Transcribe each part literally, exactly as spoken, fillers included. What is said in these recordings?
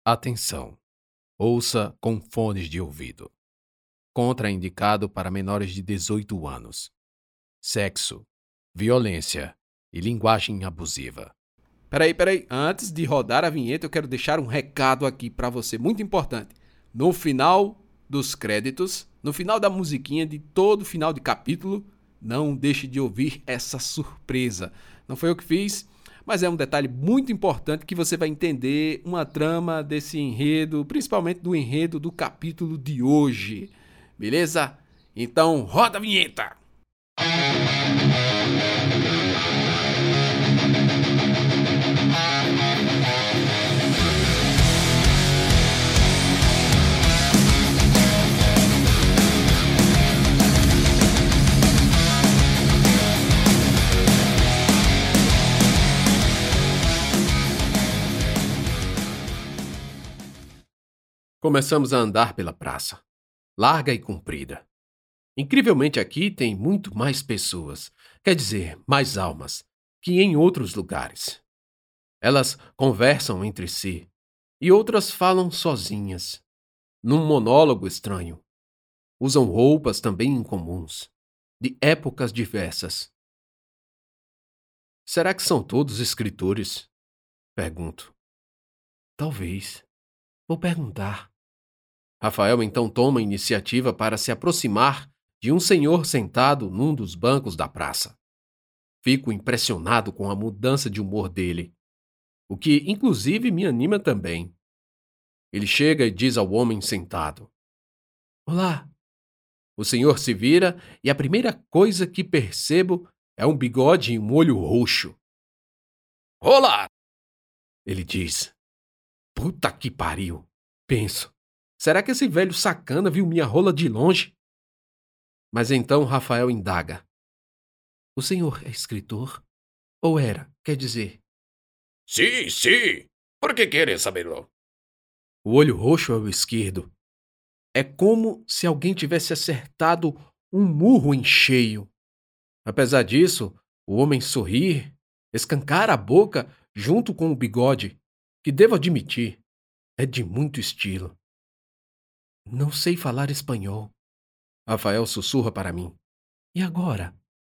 Atenção! Ouça com fones de ouvido. Contraindicado para menores de dezoito anos. Sexo, violência e linguagem abusiva. Peraí, peraí. Antes de rodar a vinheta, eu quero deixar um recado aqui pra você, muito importante. No final dos créditos, no final da musiquinha de todo final de capítulo, não deixe de ouvir essa surpresa. Não foi eu que fiz, mas é um detalhe muito importante que você vai entender uma trama desse enredo, principalmente do enredo do capítulo de hoje. Beleza? Então, roda a vinheta! Começamos a andar pela praça, larga e comprida. Incrivelmente aqui tem muito mais pessoas, quer dizer, mais almas, que em outros lugares. Elas conversam entre si, e outras falam sozinhas, num monólogo estranho. Usam roupas também incomuns, de épocas diversas. Será que são todos escritores? Pergunto. Talvez. Vou perguntar. Rafael então toma a iniciativa para se aproximar de um senhor sentado num dos bancos da praça. Fico impressionado com a mudança de humor dele, o que inclusive me anima também. Ele chega e diz ao homem sentado: Olá. O senhor se vira e a primeira coisa que percebo é um bigode e um olho roxo. Olá! Ele diz. Puta que pariu! Penso. Será que esse velho sacana viu minha rola de longe? Mas então Rafael indaga. O senhor é escritor? Ou era, quer dizer? Sim, sim. Por que queres saberlo? O olho roxo é o esquerdo. É como se alguém tivesse acertado um murro em cheio. Apesar disso, o homem sorri, escancara a boca junto com o bigode, que devo admitir, é de muito estilo. Não sei falar espanhol. Rafael sussurra para mim. E agora?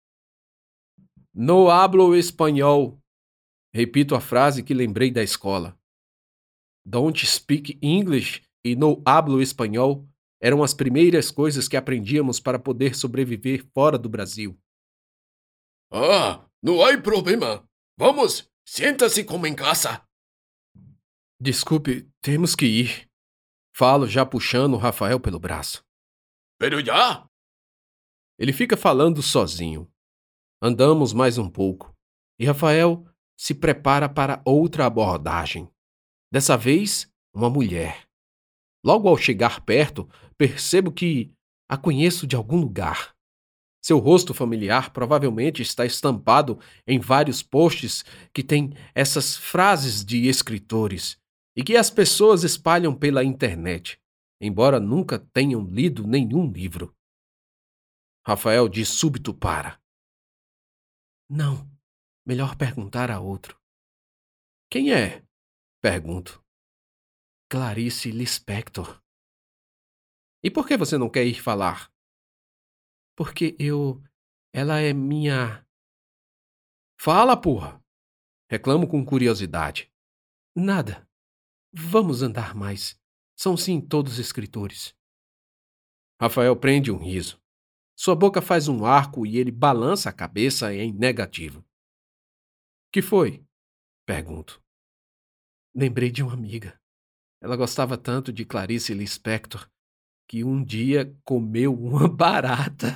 No hablo espanhol. Repito a frase que lembrei da escola. Don't speak English e no hablo espanhol eram as primeiras coisas que aprendíamos para poder sobreviver fora do Brasil. Ah, não há problema. Vamos, senta-se como em casa. Desculpe, temos que ir. Falo já puxando o Rafael pelo braço. Pero já? Ele fica falando sozinho. Andamos mais um pouco, e Rafael se prepara para outra abordagem. Dessa vez, uma mulher. Logo ao chegar perto, percebo que a conheço de algum lugar. Seu rosto familiar provavelmente está estampado em vários posts que têm essas frases de escritores e que as pessoas espalham pela internet, embora nunca tenham lido nenhum livro. Rafael de súbito para. Não, melhor perguntar a outro. Quem é? Pergunto. Clarice Lispector. E por que você não quer ir falar? Porque eu... Ela é minha... Fala, porra! Reclamo com curiosidade. Nada. Vamos andar mais. São sim todos escritores. Rafael prende um riso. Sua boca faz um arco e ele balança a cabeça em negativo. Que foi? Pergunto. Lembrei de uma amiga. Ela gostava tanto de Clarice Lispector que um dia comeu uma barata.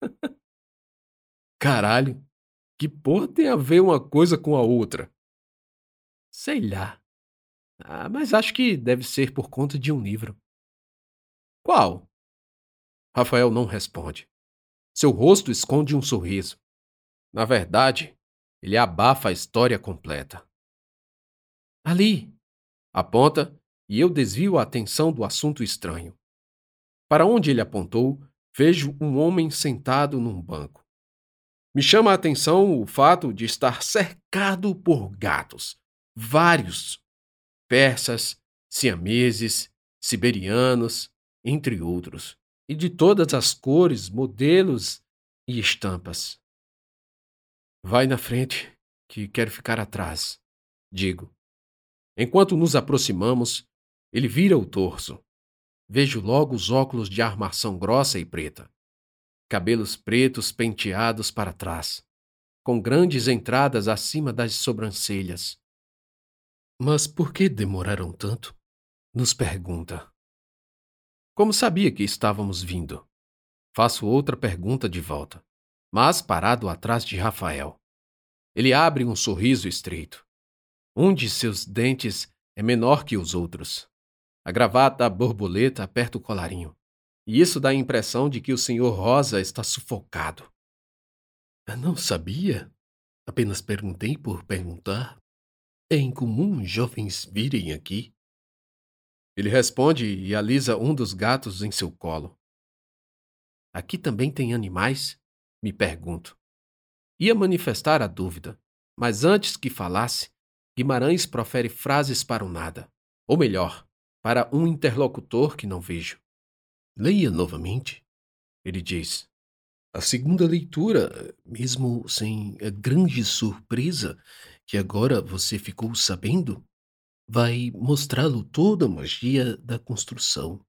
Caralho, que porra tem a ver uma coisa com a outra? Sei lá. Ah, mas acho que deve ser por conta de um livro. Qual? Rafael não responde. Seu rosto esconde um sorriso. Na verdade, ele abafa a história completa. Ali! Aponta e eu desvio a atenção do assunto estranho. Para onde ele apontou, vejo um homem sentado num banco. Me chama a atenção o fato de estar cercado por gatos. Vários. Persas, siameses, siberianos, entre outros, e de todas as cores, modelos e estampas. Vai na frente, que quero ficar atrás, digo. Enquanto nos aproximamos, ele vira o torso. Vejo logo os óculos de armação grossa e preta, cabelos pretos penteados para trás, com grandes entradas acima das sobrancelhas. Mas por que demoraram tanto? Nos pergunta. Como sabia que estávamos vindo? Faço outra pergunta de volta, mas parado atrás de Rafael. Ele abre um sorriso estreito. Um de seus dentes é menor que os outros. A gravata borboleta aperta o colarinho, e isso dá a impressão de que o senhor Rosa está sufocado. Eu não sabia. Apenas perguntei por perguntar. É incomum jovens virem aqui. Ele responde e alisa um dos gatos em seu colo. Aqui também tem animais? Me pergunto. Ia manifestar a dúvida, mas antes que falasse, Guimarães profere frases para o nada, ou melhor, para um interlocutor que não vejo. Leia novamente, ele diz. A segunda leitura, mesmo sem a grande surpresa que agora você ficou sabendo, vai mostrá-lo toda a magia da construção.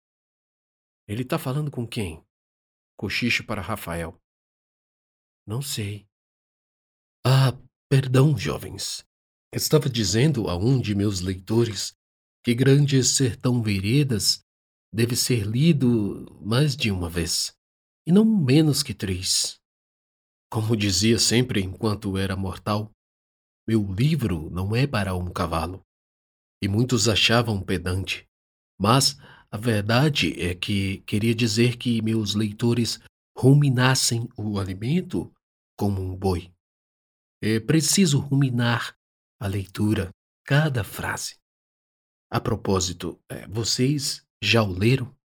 Ele está falando com quem? Cochicho para Rafael. Não sei. Ah, perdão, jovens. Estava dizendo a um de meus leitores que Grande Sertão Veredas deve ser lido mais de uma vez, e não menos que três. Como dizia sempre enquanto era mortal, meu livro não é para um cavalo. E muitos achavam pedante, mas a verdade é que queria dizer que meus leitores ruminassem o alimento como um boi. É preciso ruminar a leitura, cada frase. A propósito, vocês já o leram?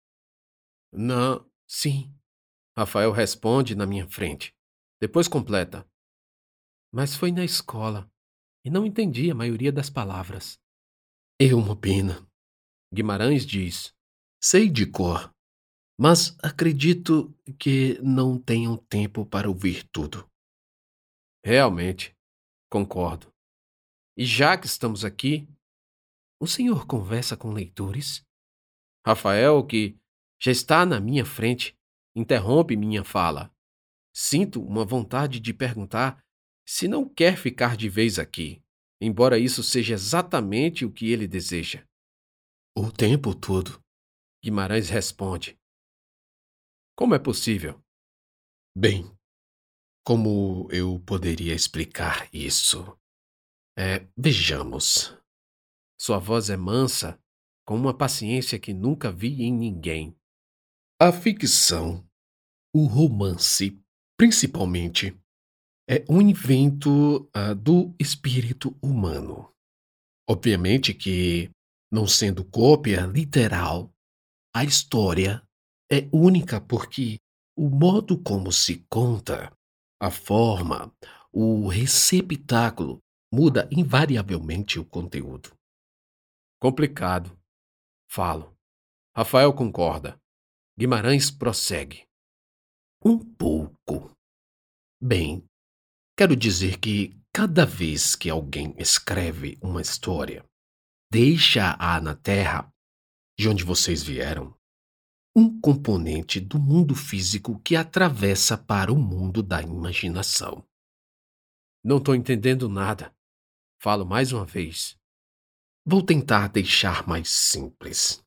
Não, sim. Rafael responde na minha frente. Depois completa. Mas foi na escola e não entendi a maioria das palavras. É uma pena. Guimarães diz. Sei de cor, mas acredito que não tenham tempo para ouvir tudo. Realmente, concordo. E já que estamos aqui, o senhor conversa com leitores? Rafael, que já está na minha frente, interrompe minha fala. Sinto uma vontade de perguntar se não quer ficar de vez aqui, embora isso seja exatamente o que ele deseja. O tempo todo, Guimarães responde. Como é possível? Bem, como eu poderia explicar isso? É, vejamos. Sua voz é mansa, com uma paciência que nunca vi em ninguém. A ficção, o romance, principalmente, é um invento uh, do espírito humano. Obviamente que, não sendo cópia literal, a história é única porque o modo como se conta, a forma, o receptáculo muda invariavelmente o conteúdo. Complicado. Falo. Rafael concorda. Guimarães prossegue. Um pouco. Bem, quero dizer que cada vez que alguém escreve uma história, deixa-a na terra de onde vocês vieram, um componente do mundo físico que atravessa para o mundo da imaginação. Não estou entendendo nada. Falo mais uma vez. Vou tentar deixar mais simples.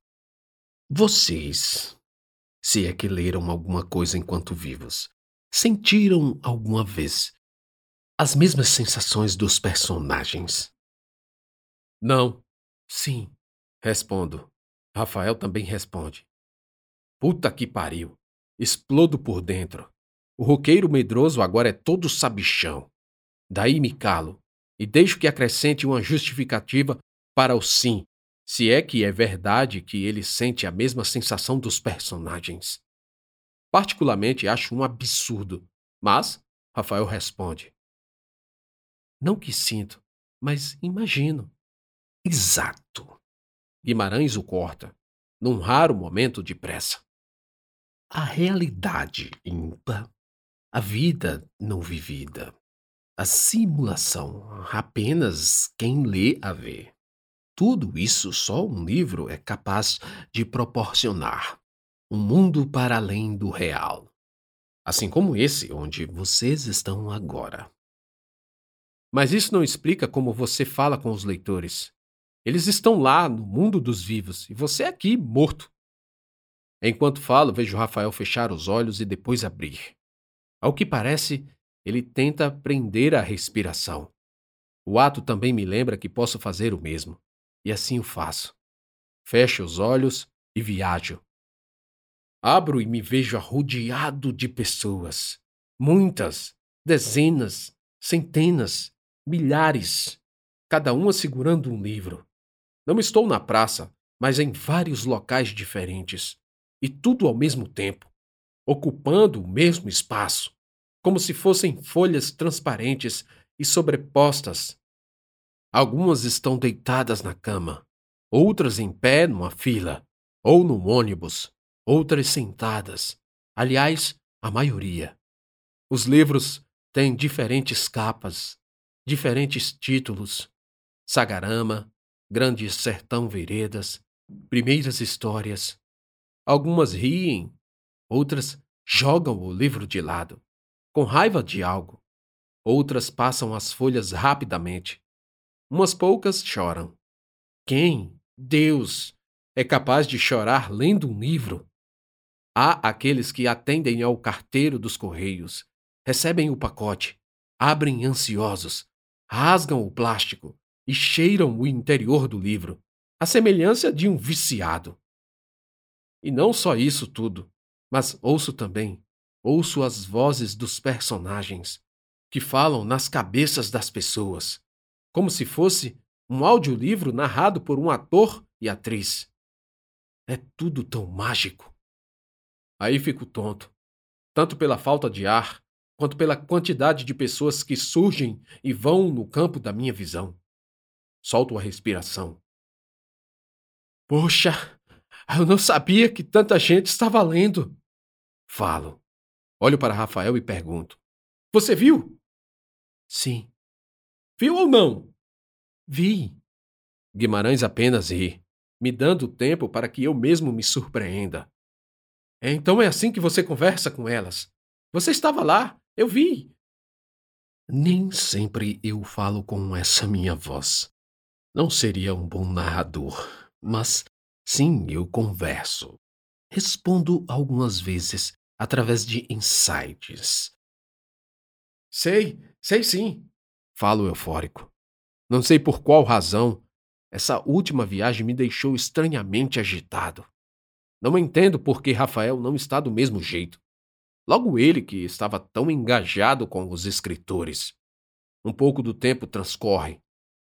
Vocês, se é que leram alguma coisa enquanto vivos, sentiram alguma vez as mesmas sensações dos personagens? Não. Sim, respondo. Rafael também responde. Puta que pariu. Explodo por dentro. O roqueiro medroso agora é todo sabichão. Daí me calo e deixo que acrescente uma justificativa para o sim, se é que é verdade que ele sente a mesma sensação dos personagens. Particularmente acho um absurdo, mas Rafael responde. Não que sinto, mas imagino. Exato. Guimarães o corta, num raro momento de pressa. A realidade ímpar, a vida não vivida, a simulação, apenas quem lê a vê. Tudo isso só um livro é capaz de proporcionar. Um mundo para além do real. Assim como esse onde vocês estão agora. Mas isso não explica como você fala com os leitores. Eles estão lá no mundo dos vivos e você aqui, morto. Enquanto falo, vejo Rafael fechar os olhos e depois abrir. Ao que parece, ele tenta prender a respiração. O ato também me lembra que posso fazer o mesmo. E assim o faço. Fecho os olhos e viajo. Abro e me vejo rodeado de pessoas. Muitas, dezenas, centenas, milhares. Cada uma segurando um livro. Não estou na praça, mas em vários locais diferentes. E tudo ao mesmo tempo. Ocupando o mesmo espaço. Como se fossem folhas transparentes e sobrepostas. Algumas estão deitadas na cama. Outras em pé numa fila. Ou num ônibus. Outras sentadas. Aliás, a maioria. Os livros têm diferentes capas, diferentes títulos. Sagarama, Grande Sertão Veredas, Primeiras Histórias. Algumas riem, outras jogam o livro de lado, com raiva de algo. Outras passam as folhas rapidamente. Umas poucas choram. Quem, Deus, é capaz de chorar lendo um livro? Há aqueles que atendem ao carteiro dos correios, recebem o pacote, abrem ansiosos, rasgam o plástico e cheiram o interior do livro, à semelhança de um viciado. E não só isso tudo, mas ouço também, ouço as vozes dos personagens, que falam nas cabeças das pessoas, como se fosse um audiolivro narrado por um ator e atriz. É tudo tão mágico. Aí fico tonto, tanto pela falta de ar, quanto pela quantidade de pessoas que surgem e vão no campo da minha visão. Solto a respiração. Poxa, eu não sabia que tanta gente estava lendo. Falo. Olho para Rafael e pergunto. Você viu? Sim. Viu ou não? Vi. Guimarães apenas ri, me dando tempo para que eu mesmo me surpreenda. Então é assim que você conversa com elas. Você estava lá, eu vi. Nem sempre eu falo com essa minha voz. Não seria um bom narrador, mas sim, eu converso. Respondo algumas vezes através de insights. Sei, sei sim, falo eufórico. Não sei por qual razão, essa última viagem me deixou estranhamente agitado. Não entendo por que Rafael não está do mesmo jeito. Logo ele que estava tão engajado com os escritores. Um pouco do tempo transcorre.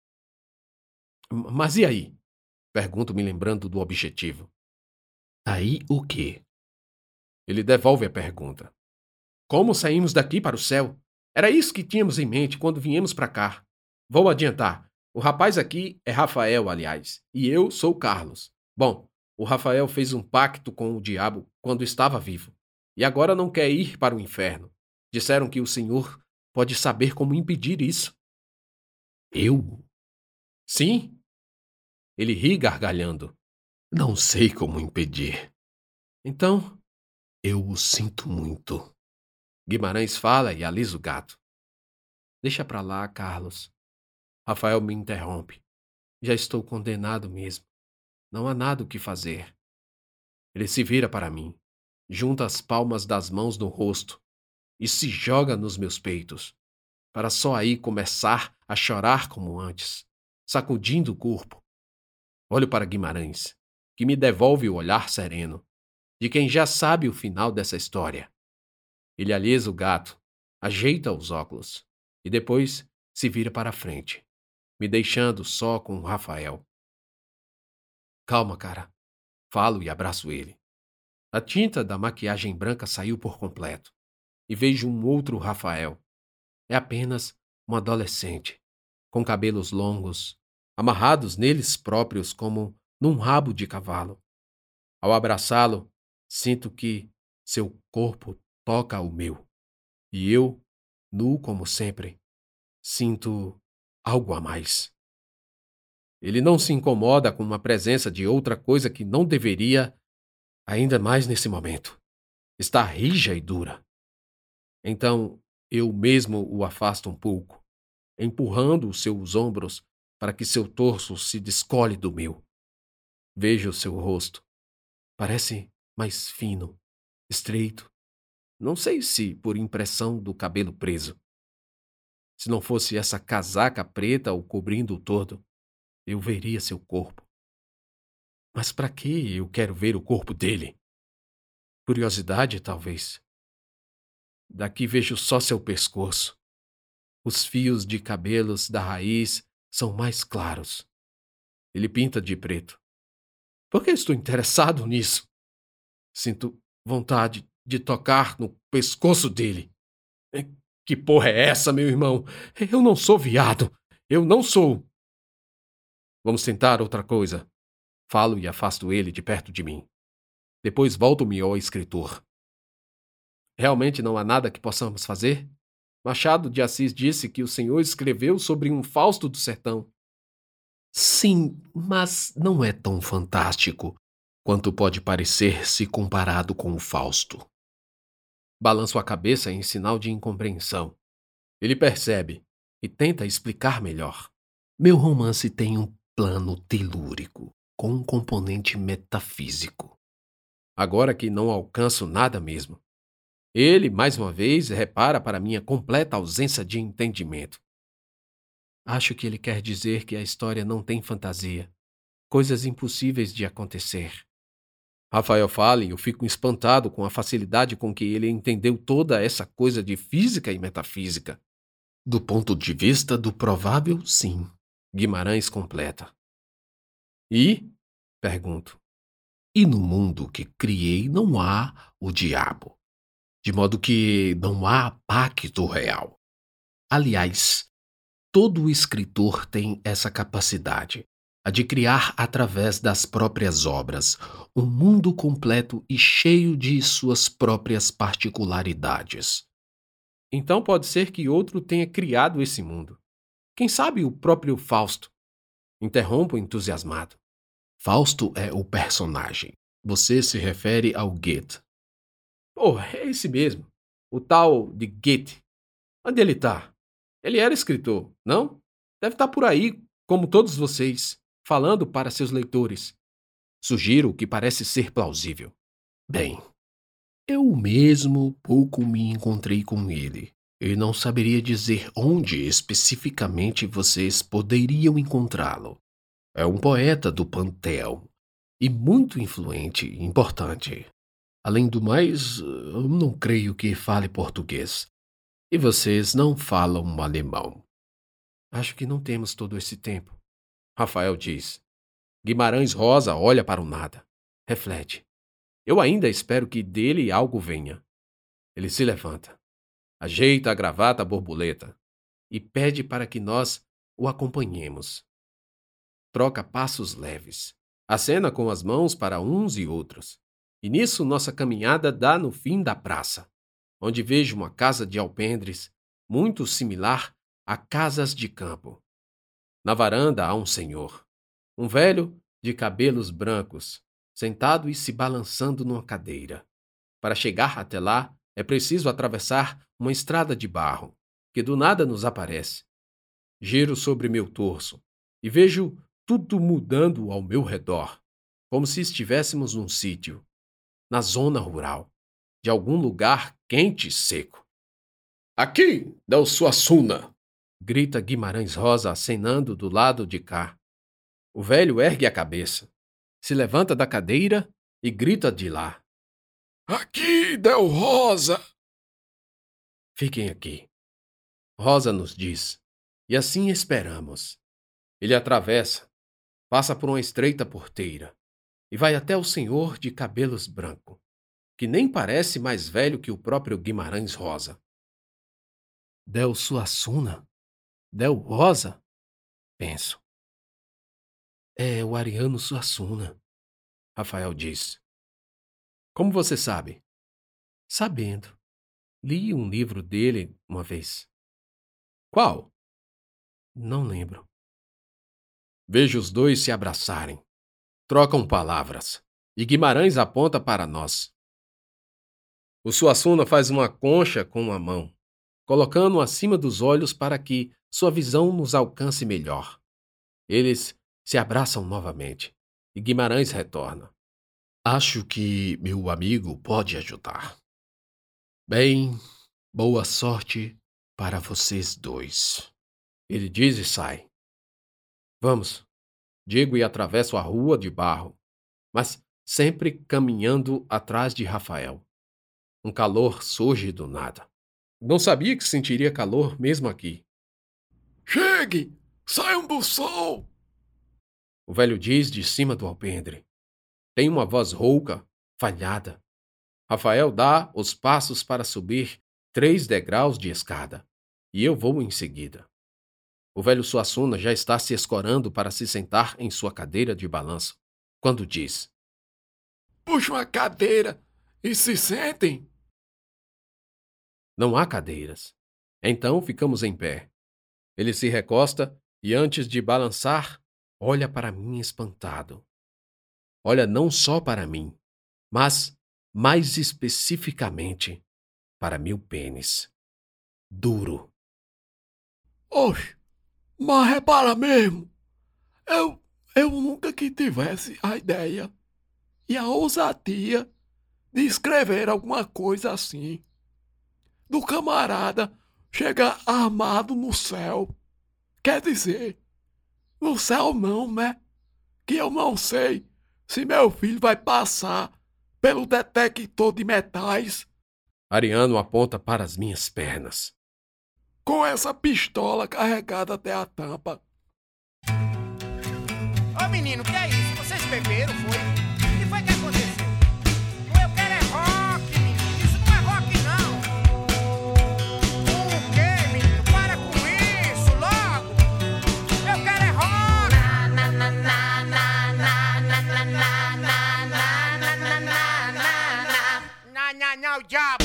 Mas e aí? Pergunto me lembrando do objetivo. Aí o quê? Ele devolve a pergunta. Como saímos daqui para o céu? Era isso que tínhamos em mente quando viemos para cá. Vou adiantar. O rapaz aqui é Rafael, aliás, e eu sou Carlos. Bom, o Rafael fez um pacto com o diabo quando estava vivo, e agora não quer ir para o inferno. Disseram que o Senhor pode saber como impedir isso. Eu? Sim. Ele ri gargalhando. Não sei como impedir. Então, eu o sinto muito. Guimarães fala e alisa o gato. Deixa pra lá, Carlos. Rafael me interrompe. Já estou condenado mesmo. Não há nada o que fazer. Ele se vira para mim, junta as palmas das mãos no rosto e se joga nos meus peitos, para só aí começar a chorar como antes, sacudindo o corpo. Olho para Guimarães, que me devolve o olhar sereno, de quem já sabe o final dessa história. Ele alisa o gato, ajeita os óculos e depois se vira para a frente, me deixando só com o Rafael. Calma, cara. Falo e abraço ele. A tinta da maquiagem branca saiu por completo e vejo um outro Rafael. É apenas um adolescente, com cabelos longos, amarrados neles próprios como num rabo de cavalo. Ao abraçá-lo, sinto que seu corpo toca o meu. E eu, nu como sempre, sinto algo a mais. Ele não se incomoda com a presença de outra coisa que não deveria, ainda mais nesse momento. Está rija e dura. Então, eu mesmo o afasto um pouco, empurrando os seus ombros para que seu torso se descole do meu. Vejo seu rosto. Parece mais fino, estreito. Não sei se por impressão do cabelo preso. Se não fosse essa casaca preta o cobrindo o todo, eu veria seu corpo. Mas para que eu quero ver o corpo dele? Curiosidade, talvez. Daqui vejo só seu pescoço. Os fios de cabelos da raiz são mais claros. Ele pinta de preto. Por que estou interessado nisso? Sinto vontade de tocar no pescoço dele. Que porra é essa, meu irmão? Eu não sou viado. Eu não sou. Vamos tentar outra coisa. Falo e afasto ele de perto de mim. Depois volto-me ao escritor. Realmente não há nada que possamos fazer? Machado de Assis disse que o senhor escreveu sobre um Fausto do sertão. Sim, mas não é tão fantástico quanto pode parecer se comparado com o Fausto. Balanço a cabeça em sinal de incompreensão. Ele percebe e tenta explicar melhor. Meu romance tem um plano telúrico, com um componente metafísico. Agora que não alcanço nada mesmo. Ele, mais uma vez, repara para minha completa ausência de entendimento. Acho que ele quer dizer que a história não tem fantasia. Coisas impossíveis de acontecer. Rafael fala e eu fico espantado com a facilidade com que ele entendeu toda essa coisa de física e metafísica. Do ponto de vista do provável, sim. Guimarães completa. E? Pergunto. E no mundo que criei não há o diabo. De modo que não há pacto real. Aliás, todo escritor tem essa capacidade, a de criar através das próprias obras um mundo completo e cheio de suas próprias particularidades. Então pode ser que outro tenha criado esse mundo. Quem sabe o próprio Fausto? Interrompo entusiasmado. Fausto é o personagem. Você se refere ao Goethe. Oh, é esse mesmo. O tal de Goethe. Onde ele tá? Ele era escritor, não? Deve estar por aí, como todos vocês, falando para seus leitores. Sugiro o que parece ser plausível. Bem, eu mesmo pouco me encontrei com ele. E não saberia dizer onde especificamente vocês poderiam encontrá-lo. É um poeta do panteão. E muito influente e importante. Além do mais, eu não creio que fale português. E vocês não falam alemão. Acho que não temos todo esse tempo. Rafael diz. Guimarães Rosa olha para o nada. Reflete. Eu ainda espero que dele algo venha. Ele se levanta. Ajeita a gravata borboleta. E pede para que nós o acompanhemos. Troca passos leves. Acena com as mãos para uns e outros. E nisso nossa caminhada dá no fim da praça, onde vejo uma casa de alpendres, muito similar a casas de campo. Na varanda há um senhor, um velho de cabelos brancos, sentado e se balançando numa cadeira. Para chegar até lá, é preciso atravessar uma estrada de barro, que do nada nos aparece. Giro sobre meu torso e vejo tudo mudando ao meu redor, como se estivéssemos num sítio, na zona rural, de algum lugar quente e seco. Aqui, Del Suassuna! Grita Guimarães Rosa acenando do lado de cá. O velho ergue a cabeça, se levanta da cadeira e grita de lá. Aqui, Del Rosa! Fiquem aqui. Rosa nos diz, e assim esperamos. Ele atravessa, passa por uma estreita porteira e vai até o senhor de cabelos brancos, que nem parece mais velho que o próprio Guimarães Rosa. Del Suassuna? Del Rosa? Penso. É o Ariano Suassuna, Rafael disse. Como você sabe? Sabendo. Li um livro dele uma vez. Qual? Não lembro. Vejo os dois se abraçarem. Trocam palavras. E Guimarães aponta para nós. O Suassuna faz uma concha com a mão, colocando-o acima dos olhos para que sua visão nos alcance melhor. Eles se abraçam novamente. E Guimarães retorna. Acho que meu amigo pode ajudar. Bem, boa sorte para vocês dois. Ele diz e sai. Vamos, digo e atravesso a rua de barro, mas sempre caminhando atrás de Rafael. Um calor surge do nada. Não sabia que sentiria calor mesmo aqui. Chegue! Saiam do sol! O velho diz de cima do alpendre. Tem uma voz rouca, falhada. Rafael dá os passos para subir três degraus de escada, e eu vou em seguida. O velho Suassuna já está se escorando para se sentar em sua cadeira de balanço, quando diz: Puxa uma cadeira e se sentem. Não há cadeiras. Então ficamos em pé. Ele se recosta e, antes de balançar, olha para mim espantado. Olha não só para mim, mas, mais especificamente, para meu pênis. Duro. Oxe, mas repara mesmo. Eu, eu nunca que tivesse a ideia e a ousadia de escrever alguma coisa assim. Do camarada chegar armado no céu. Quer dizer, no céu não, né? Que eu não sei se meu filho vai passar pelo detector de metais. Ariano aponta para as minhas pernas. Com essa pistola carregada até a tampa. Ô menino, que é isso? Vocês beberam, foi? O que foi que aconteceu? O eu quero é rock, menino. Isso não é rock, não. O quê, menino? Para com isso, logo. Eu quero é rock. Na, na, na, na, na, na, na, na, na, na, na, na, na, na, na. Na, na, na, o diabo.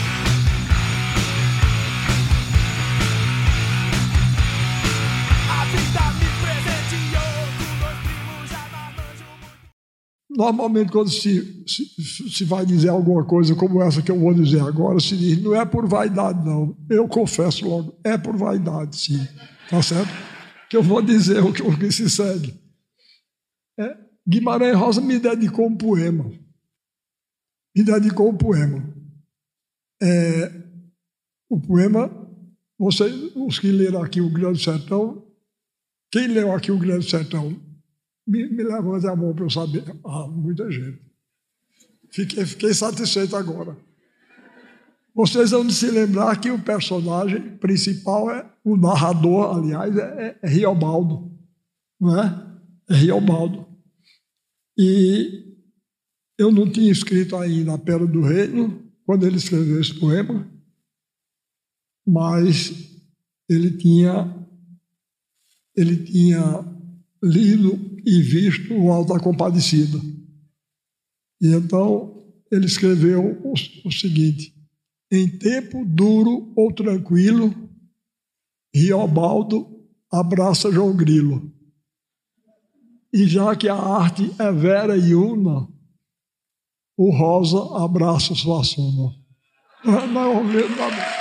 Normalmente, quando se, se, se vai dizer alguma coisa como essa que eu vou dizer agora, se diz, não é por vaidade, não. Eu confesso logo, é por vaidade, sim. Tá certo? Que eu vou dizer o que, o que se segue. É, Guimarães Rosa me dedicou um poema. Me dedicou um poema. É, o poema, vocês, os que leram aqui o Grande Sertão, quem leu aqui o Grande Sertão? Me, me levante a mão para eu saber. Ah, muita gente. Fiquei, fiquei satisfeito agora. Vocês vão se lembrar que o personagem principal é o narrador, aliás, é, é Riobaldo. Não é? É Riobaldo. E eu não tinha escrito ainda A Pedra do Reino, quando ele escreveu esse poema, mas ele tinha, ele tinha lido e visto o Alto da Compadecida. E então ele escreveu o, o seguinte: em tempo duro ou tranquilo, Riobaldo abraça João Grilo. E já que a arte é vera e una, o Rosa abraça Suassuna. Não, não, não.